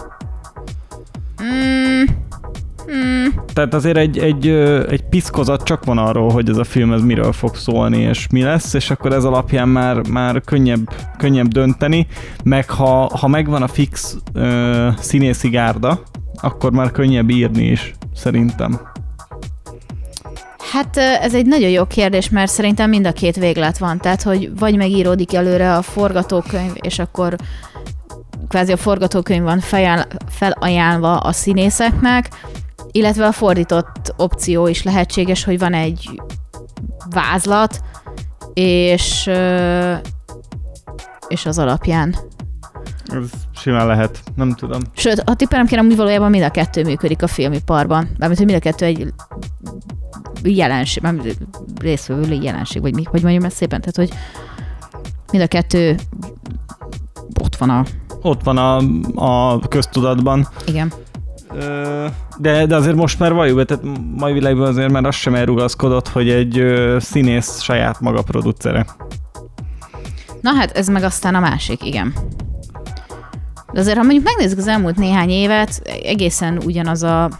Mm. Mm. Tehát azért egy, egy, egy piszkozat csak van arról, hogy ez a film ez miről fog szólni, és mi lesz, és akkor ez alapján már, már könnyebb, könnyebb dönteni, meg ha, ha megvan a fix ö, színészi gárda, akkor már könnyebb írni is, szerintem. Hát ez egy nagyon jó kérdés, mert szerintem mind a két véglet van. Tehát, hogy vagy megíródik előre a forgatókönyv, és akkor kvázi a forgatókönyv van felajánlva a színészeknek, illetve a fordított opció is lehetséges, hogy van egy vázlat, és, és az alapján. Ez simán lehet, nem tudom. Sőt, a tippelem kérem, hogy valójában mind a kettő működik a filmiparban. Mármint, hogy mind a kettő egy jelenség, részvevő jelenség, vagy mi, hogy mondjam ezt szépen, tehát, hogy mind a kettő ott van a ott van a, a köztudatban. Igen. De, de azért most már valljuk be, tehát mai világban azért már az sem elrugaszkodott, hogy egy ö, színész saját maga producere. Na hát ez meg aztán a másik, igen. De azért, ha mondjuk megnézzük az elmúlt néhány évet, egészen ugyanaz a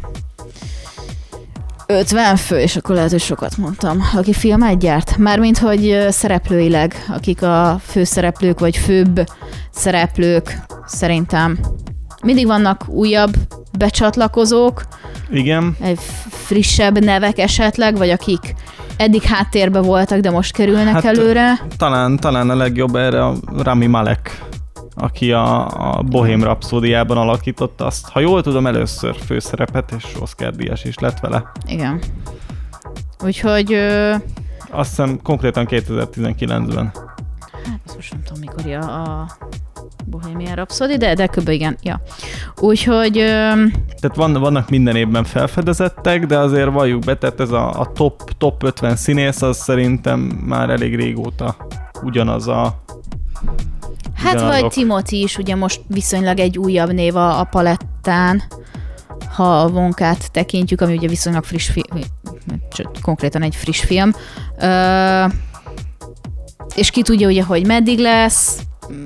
ötven fő, és akkor lehet, hogy sokat mondtam, aki filmet gyárt. Mármint, hogy szereplőileg, akik a főszereplők, vagy főbb szereplők, szerintem mindig vannak újabb becsatlakozók. Igen. Frissebb nevek esetleg, vagy akik eddig háttérbe voltak, de most kerülnek hát, előre. Talán, talán a legjobb erre a Rami Malek, aki a, a Bohém Rhapsódiában alakította azt. Ha jól tudom, először főszerepet, és Oscar-díjas is lett vele. Igen. Úgyhogy... Ö... Azt hiszem konkrétan kétezer-tizenkilencben. Hát azt most nem tudom, mikor a Bohemian Rhapsody, de, de kb. Igen. Ja. Úgyhogy... Ö... Tehát van, vannak minden évben felfedezettek, de azért valljuk be, tehát ez a, a top, top ötven színész, az szerintem már elég régóta ugyanaz a... Hát ugyanazok. Vagy Timothy is, ugye most viszonylag egy újabb név a, a palettán, ha a Wonkát tekintjük, ami ugye viszonylag friss film, konkrétan egy friss film. Ö, és ki tudja ugye, hogy meddig lesz,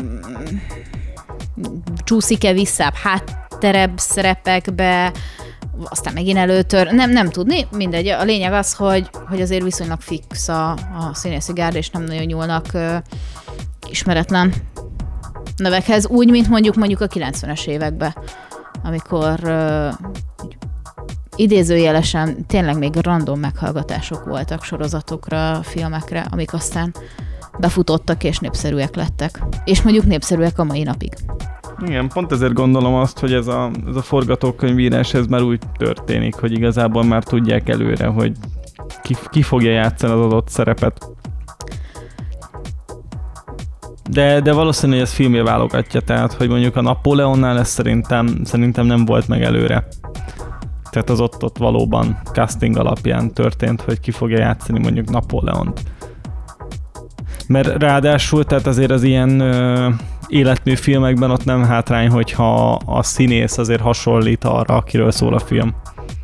csúszik-e vissza hátterebb szerepekbe, aztán megint előtör, nem, nem tudni, mindegy. A lényeg az, hogy, hogy azért viszonylag fix a, a színészi gárda, és nem nagyon nyúlnak ö, ismeretlen nevekhez, úgy, mint mondjuk mondjuk a kilencvenes években, amikor uh, idézőjelesen tényleg még random meghallgatások voltak sorozatokra, filmekre, amik aztán befutottak és népszerűek lettek. És mondjuk népszerűek a mai napig. Igen, pont ezért gondolom azt, hogy ez a, ez a forgatókönyvírás ez már úgy történik, hogy igazából már tudják előre, hogy ki, ki fogja játszani az adott szerepet. De, de valószínű, hogy ez filmje válogatja, tehát, hogy mondjuk a Napóleonnál ez szerintem, szerintem nem volt meg előre. Tehát az ott, ott valóban casting alapján történt, hogy ki fogja játszani mondjuk Napóleont. Mert ráadásul, tehát azért az ilyen ö, életmű filmekben ott nem hátrány, hogyha a színész azért hasonlít arra, akiről szól a film.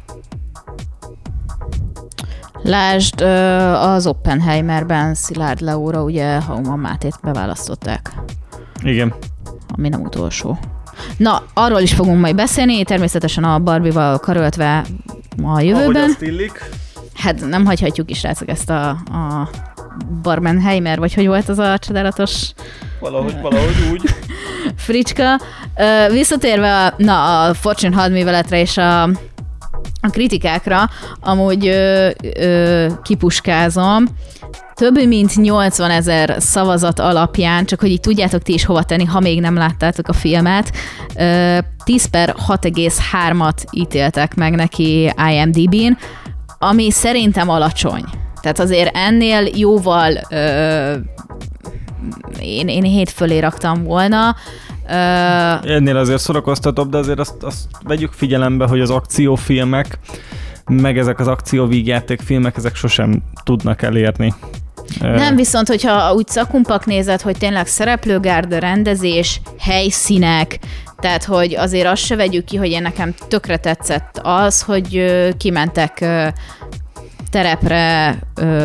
Lásd, az Oppenheimerben Szilárd Leóra ugye Hauman Mátét beválasztották. Igen. Ami nem utolsó. Na, arról is fogunk majd beszélni, természetesen a Barbie-val karöltve a jövőben. Ahogy azt illik. Hát nem hagyhatjuk is rácok ezt a, a Barbenheimer, vagy hogy volt az a csodálatos... Valahogy, valahogy úgy. Fricska. Visszatérve a, na, a Fortune hadműveletre és a A kritikákra, amúgy ö, ö, kipuskázom, több mint nyolcvanezer szavazat alapján, csak hogy így tudjátok ti is hova tenni, ha még nem láttátok a filmet, ö, tíz per hat egész hármat ítéltek meg neki I M D B-n, ami szerintem alacsony. Tehát azért ennél jóval ö, én, én hét fölé raktam volna. Uh, Ennél azért szórakoztatóbb, de azért azt, azt vegyük figyelembe, hogy az akciófilmek, meg ezek az akcióvígjátékfilmek, ezek sosem tudnak elérni. Nem, viszont hogyha úgy szakumpak nézed, hogy tényleg szereplőgárda, rendezés, helyszínek, tehát hogy azért azt se vegyük ki, hogy én nekem tökre tetszett az, hogy kimentek terepre,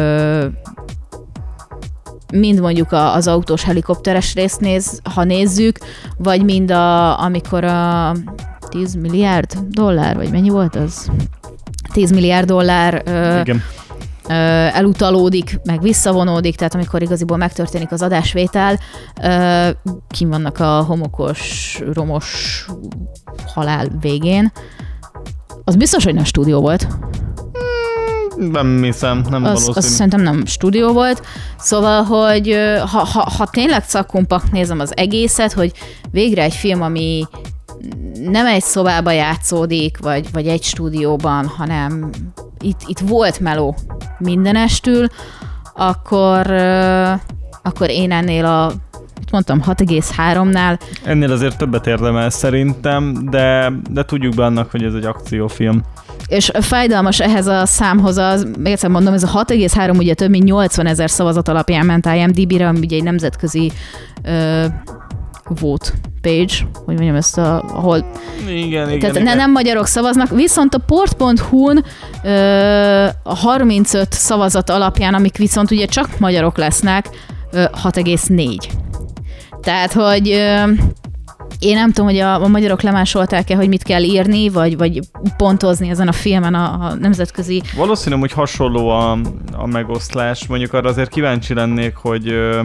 mind mondjuk az autós helikopteres részt néz, ha nézzük, vagy mind a, amikor a tíz milliárd dollár, vagy mennyi volt az? tíz milliárd dollár ö, ö, elutalódik, meg visszavonódik, tehát amikor igaziból megtörténik az adásvétel, ö, kim vannak a homokos, romos halál végén. Az biztos, hogy nem stúdió volt. Nem hiszem, nem az, valószínű. Azt szerintem nem stúdió volt. Szóval, hogy ha, ha, ha tényleg szakkumpak nézem az egészet, hogy végre egy film, ami nem egy szobába játszódik, vagy, vagy egy stúdióban, hanem itt, itt volt meló mindenestül, akkor, akkor én ennél a mondtam, hat egész háromnál. Ennél azért többet érdemel szerintem, de, de tudjuk be annak, hogy ez egy akciófilm. És fájdalmas ehhez a számhoz az, még egyszer mondom, ez a hat egész három ugye több mint nyolcvanezer szavazat alapján ment I M D B-re, ami ugye egy nemzetközi ö, vote page, hogy mondjam ezt, a, ahol Igen, igen, tehát igen. Ne, nem magyarok szavaznak, viszont a port pont hu-n ö, a harmincöt szavazat alapján, amik viszont ugye csak magyarok lesznek, ö, hat egész négy. Tehát, hogy ö, én nem tudom, hogy a, a magyarok lemásolták-e, hogy mit kell írni, vagy, vagy pontozni ezen a filmen a, a nemzetközi... Valószínű, hogy hasonló a, a megoszlás. Mondjuk arra azért kíváncsi lennék, hogy ö,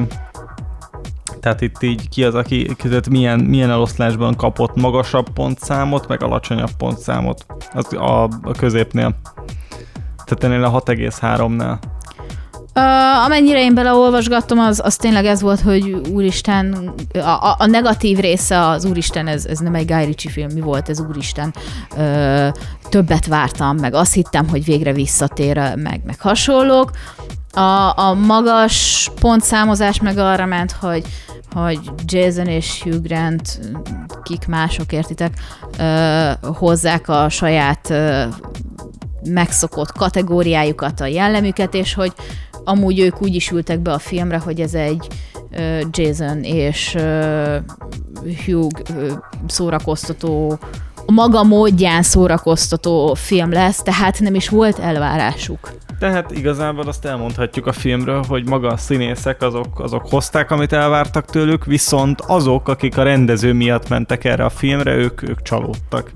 tehát itt így ki az, aki között milyen, milyen eloszlásban kapott magasabb pontszámot, meg alacsonyabb pontszámot az a, a középnél. Tehát ennél a hat egész háromnál. Uh, amennyire én beleolvasgattam, az, az tényleg ez volt, hogy úristen, a, a, a negatív része az úristen, ez, ez nem egy Guy Ritchie film, mi volt ez úristen, uh, többet vártam, meg azt hittem, hogy végre visszatér, meg, meg hasonlók. A, a magas pontszámozás meg arra ment, hogy, hogy Jason és Hugh Grant, kik mások értitek, uh, hozzák a saját uh, megszokott kategóriájukat, a jellemüket, és hogy amúgy ők úgy is ültek be a filmre, hogy ez egy uh, Jason és uh, Hugh uh, szórakoztató, maga módján szórakoztató film lesz, tehát nem is volt elvárásuk. Tehát igazából azt elmondhatjuk a filmről, hogy maga a színészek azok, azok hozták, amit elvártak tőlük, viszont azok, akik a rendező miatt mentek erre a filmre, ők, ők csalódtak.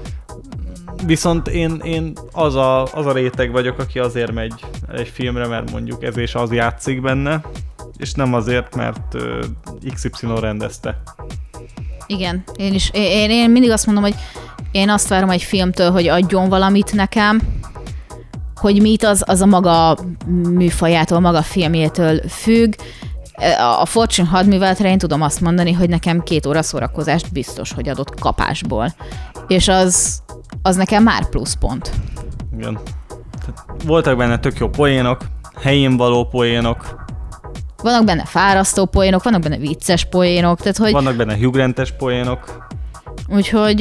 Viszont én, én az, a, az a réteg vagyok, aki azért megy egy filmre, mert mondjuk ez és az játszik benne, és nem azért, mert uh, iksz ipszilon rendezte. Igen, én is. Én, én mindig azt mondom, hogy én azt várom egy filmtől, hogy adjon valamit nekem, hogy mit az, az a maga műfajától, maga filmjétől függ. A Fortune hadműveletre én tudom azt mondani, hogy nekem két óra szórakozást biztos, hogy adott kapásból. És az, az nekem már pluszpont. Igen. Tehát voltak benne tök jó poénok, helyén való poénok. Vannak benne fárasztó poénok, vannak benne vicces poénok. Tehát, hogy... Vannak benne Hugh Grant-es poénok. Úgyhogy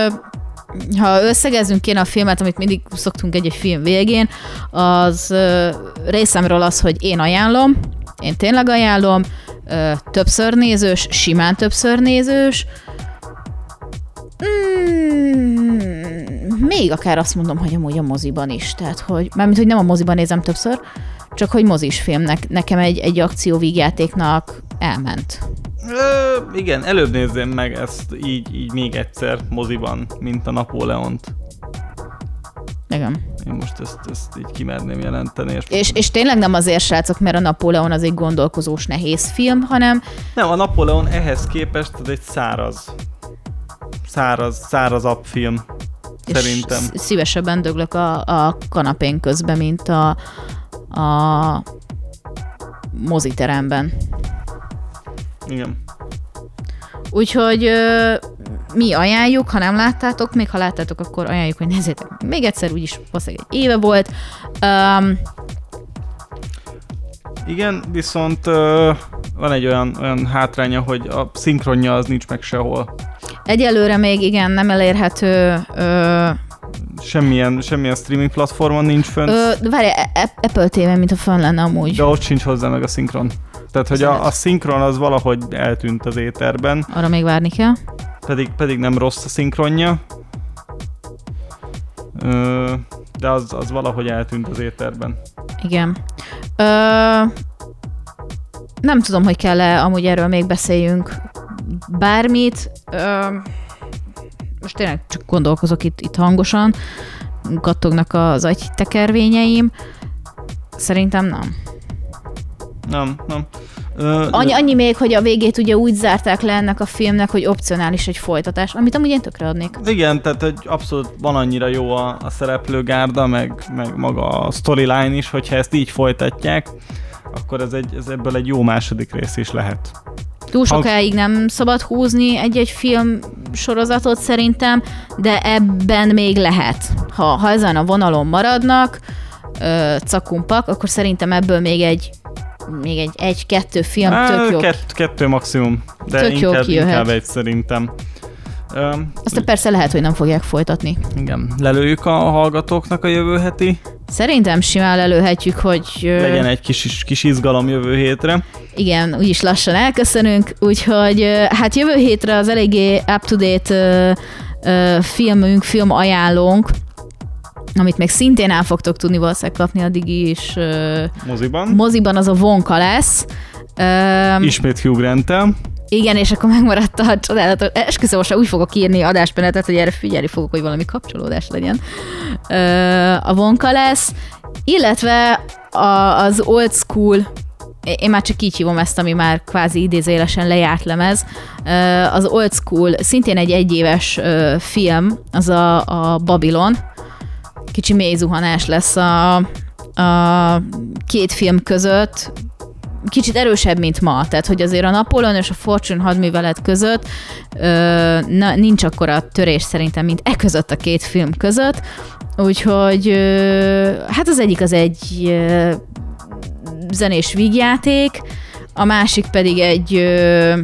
ha összegezzünk kéne a filmet, amit mindig szoktunk egy-egy film végén, az részemről az, hogy én ajánlom, én tényleg ajánlom, többször nézős, simán többször nézős, mm, még akár azt mondom, hogy amúgy a moziban is, tehát hogy, mármint, hogy nem a moziban nézem többször, csak hogy mozis filmnek, nekem egy, egy akcióvígjátéknak elment. Ö, igen, előbb nézzém meg ezt így, így még egyszer moziban, mint a Napóleont. Igen. Én most ezt, ezt így kimerném jelenteni. És, és, és tényleg nem azért, srácok, mert a Napóleon az egy gondolkozós nehéz film, hanem... Nem, a Napóleon ehhez képest az egy száraz, száraz, szárazabb film, szerintem. És szívesebben döglök a, a kanapén közben, mint a, a moziteremben. Igen. Úgyhogy ö, mi ajánljuk, ha nem láttátok, még ha láttátok, akkor ajánljuk, hogy nézzétek még egyszer, úgyis valószínűleg egy éve volt. Um, Igen, viszont ö, van egy olyan, olyan hátránya, hogy a szinkronja az nincs meg sehol. Egyelőre még igen, nem elérhető. Ö, Semmilyen, semmilyen streaming platformon nincs fönt. Ö, várj, Apple té vé, mint a fönn lenne amúgy. De ott sincs hozzá meg a szinkron. Tehát, hogy a, a szinkron az valahogy eltűnt az éterben. Arra még várni kell. Pedig, pedig nem rossz a szinkronja. Ö, de az, az valahogy eltűnt az éterben. Igen. Ö, nem tudom, hogy kell-e amúgy erről még beszéljünk bármit. Ö, most tényleg csak gondolkozok itt, itt hangosan. Kattognak az agytekervényeim. Szerintem nem. Nem, nem. Ö, Annyi, annyi még, hogy a végét ugye úgy zárták le ennek a filmnek, hogy opcionális egy folytatás, amit amúgy én tökre adnék. Igen, tehát hogy abszolút van annyira jó a, a szereplőgárda, meg, meg maga a storyline is, hogyha ezt így folytatják, akkor ez, egy, ez ebből egy jó második rész is lehet. Túl sokáig nem szabad húzni egy-egy film sorozatot szerintem, de ebben még lehet. Ha, ha ezen a vonalon maradnak, ö, cakumpak, akkor szerintem ebből még egy még egy egy-kettő film Á, tök jó. Kett, kettő maximum, de Tök jó inkább, kijöhet. inkább egy szerintem. Um, Aztán persze lehet, hogy nem fogják folytatni. Igen, lelőjük a hallgatóknak a jövő heti Szerintem simán lelőhetjük, hogy... Legyen egy kis, kis izgalom jövő hétre. Igen, úgyis lassan elköszönünk, úgyhogy hát jövő hétre az eléggé up-to-date filmünk, film ajánlónk, amit még szintén el fogtok tudni valószínűleg kapni addig is. Moziban. Moziban az a Wonka lesz. Ismét Hugh Grant-tel. Igen, és akkor megmaradt a csodálatos. Esküszöm, most úgy fogok írni adásmenetet, hogy erre figyelni fogok, hogy valami kapcsolódás legyen. A Wonka lesz, illetve a, az Old School, én már csak így hívom ezt, ami már kvázi idézőjelesen lejárt lemez, az Old School, szintén egy egyéves film, az a, a Babylon. Kicsi mélyzuhanás lesz a, a két film között, kicsit erősebb, mint ma. Tehát, hogy azért a Napóleon és a Fortune hadművelet között ö, na, nincs akkora törés szerintem, mint e között a két film között. Úgyhogy ö, hát az egyik az egy ö, zenés vígjáték, a másik pedig egy... Ö,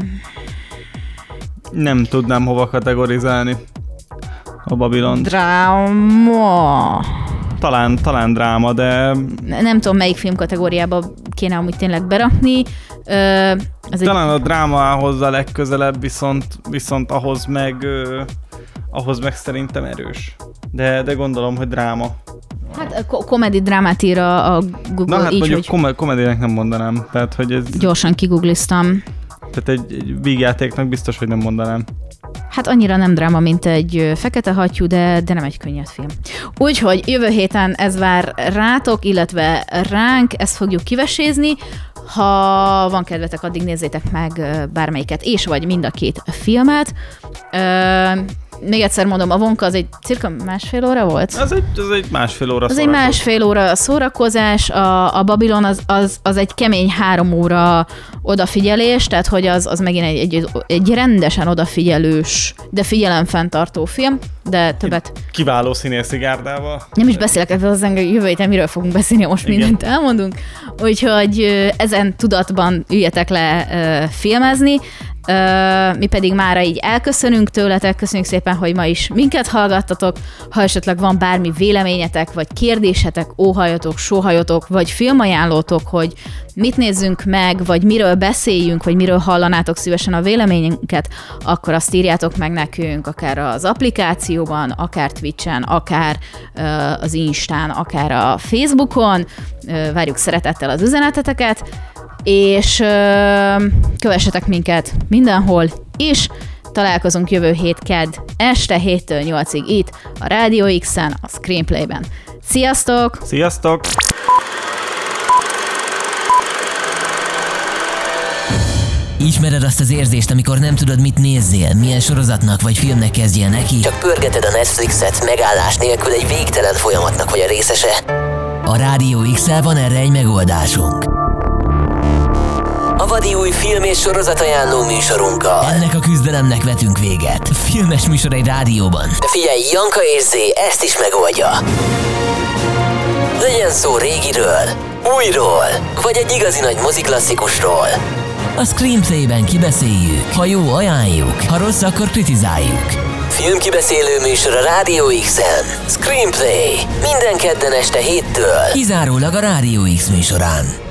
nem tudnám hova kategorizálni a Babylont. Dráma... Talán, talán dráma, de... Nem tudom, melyik film kategóriába kéne amúgy tényleg berakni. Ez talán egy... a dráma ahhoz a legközelebb, viszont, viszont ahhoz meg, ahhoz meg szerintem erős. De, de gondolom, hogy dráma. Hát a komedi drámát ír a, a Google. Na hát így, mondjuk hogy... komedinek nem mondanám. Tehát, hogy ez... Gyorsan kigoogliztam. Tehát egy, egy vígjátéknak biztos, hogy nem mondanám. Hát annyira nem dráma, mint egy fekete hattyú, de, de nem egy könnyed film. Úgyhogy jövő héten ez vár rátok, illetve ránk, ezt fogjuk kivesézni. Ha van kedvetek, addig nézzétek meg bármelyiket, és vagy mind a két filmet. Még egyszer mondom, a Wonka az egy cirka másfél óra volt? Az egy, az egy másfél óra Az egy másfél óra szórakozás, a, a Babylon az, az, az egy kemény három óra odafigyelés, tehát hogy az, az megint egy, egy, egy rendesen odafigyelős, de figyelemfenntartó film, de többet... Kiváló színészi gárdával. Nem is beszélek ebből az engem, jövő héten miről fogunk beszélni, most igen. Mindent elmondunk. Úgyhogy ezen tudatban üljetek le uh, filmezni. Uh, mi pedig mára így elköszönünk tőletek, köszönjük szépen, hogy ma is minket hallgattatok, ha esetleg van bármi véleményetek, vagy kérdésetek, óhajatok, sóhajatok, vagy filmajánlótok, hogy mit nézzünk meg, vagy miről beszéljünk, vagy miről hallanátok szívesen a véleményünket, akkor azt írjátok meg nekünk, akár az applikációban, akár Twitchen, akár uh, az Instán, akár a Facebookon, uh, várjuk szeretettel az üzeneteteket, és ö, kövessetek minket mindenhol is. Találkozunk jövő hét kedd este héttől nyolcig itt a Rádió X-en, a Screenplay-ben. Sziasztok! Sziasztok! Ismered azt az érzést, amikor nem tudod, mit nézzél, milyen sorozatnak vagy filmnek kezdjél neki? Csak pörgeted a Netflixet megállás nélkül egy végtelen folyamatnak vagy a részese. A Rádió X-el van erre egy megoldásunk. A vadi új film és sorozatajánló műsorunkkal. Ennek a küzdelemnek vetünk véget. Filmes műsor egy rádióban. De figyelj, Janka és Zé ezt is megoldja. Legyen szó régiről, újról, vagy egy igazi nagy moziklasszikusról. A Screenplay-ben kibeszéljük. Ha jó, ajánljuk. Ha rossz, akkor kritizáljuk. Filmkibeszélő műsor a Rádió X-en. Screenplay. Minden kedden este héttől. Kizárólag a Rádió X műsorán.